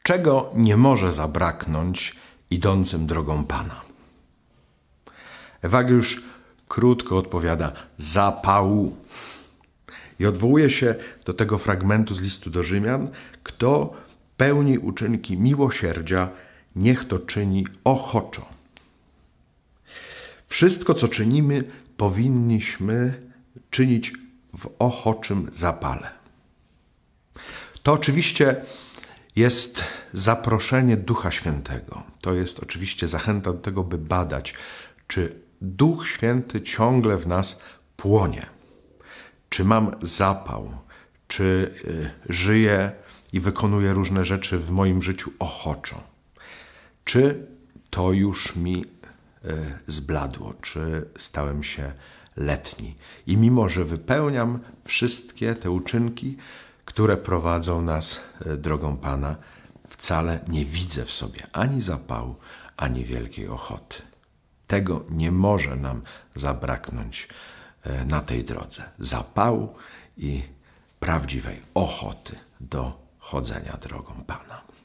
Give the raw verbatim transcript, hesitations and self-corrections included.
Czego nie może zabraknąć idącym drogą Pana? Ewagriusz krótko odpowiada: zapału. I odwołuje się do tego fragmentu z listu do Rzymian: kto pełni uczynki miłosierdzia, niech to czyni ochoczo. Wszystko, co czynimy, powinniśmy czynić w ochoczym zapale. To oczywiście jest zaproszenie Ducha Świętego. To jest oczywiście zachęta do tego, by badać, czy Duch Święty ciągle w nas płonie. Czy mam zapał, czy żyję i wykonuję różne rzeczy w moim życiu ochoczo. Czy to już mi zbladło, czy stałem się letni. I mimo, że wypełniam wszystkie te uczynki, które prowadzą nas drogą Pana, wcale nie widzę w sobie ani zapału, ani wielkiej ochoty. Tego nie może nam zabraknąć na tej drodze. Zapału i prawdziwej ochoty do chodzenia drogą Pana.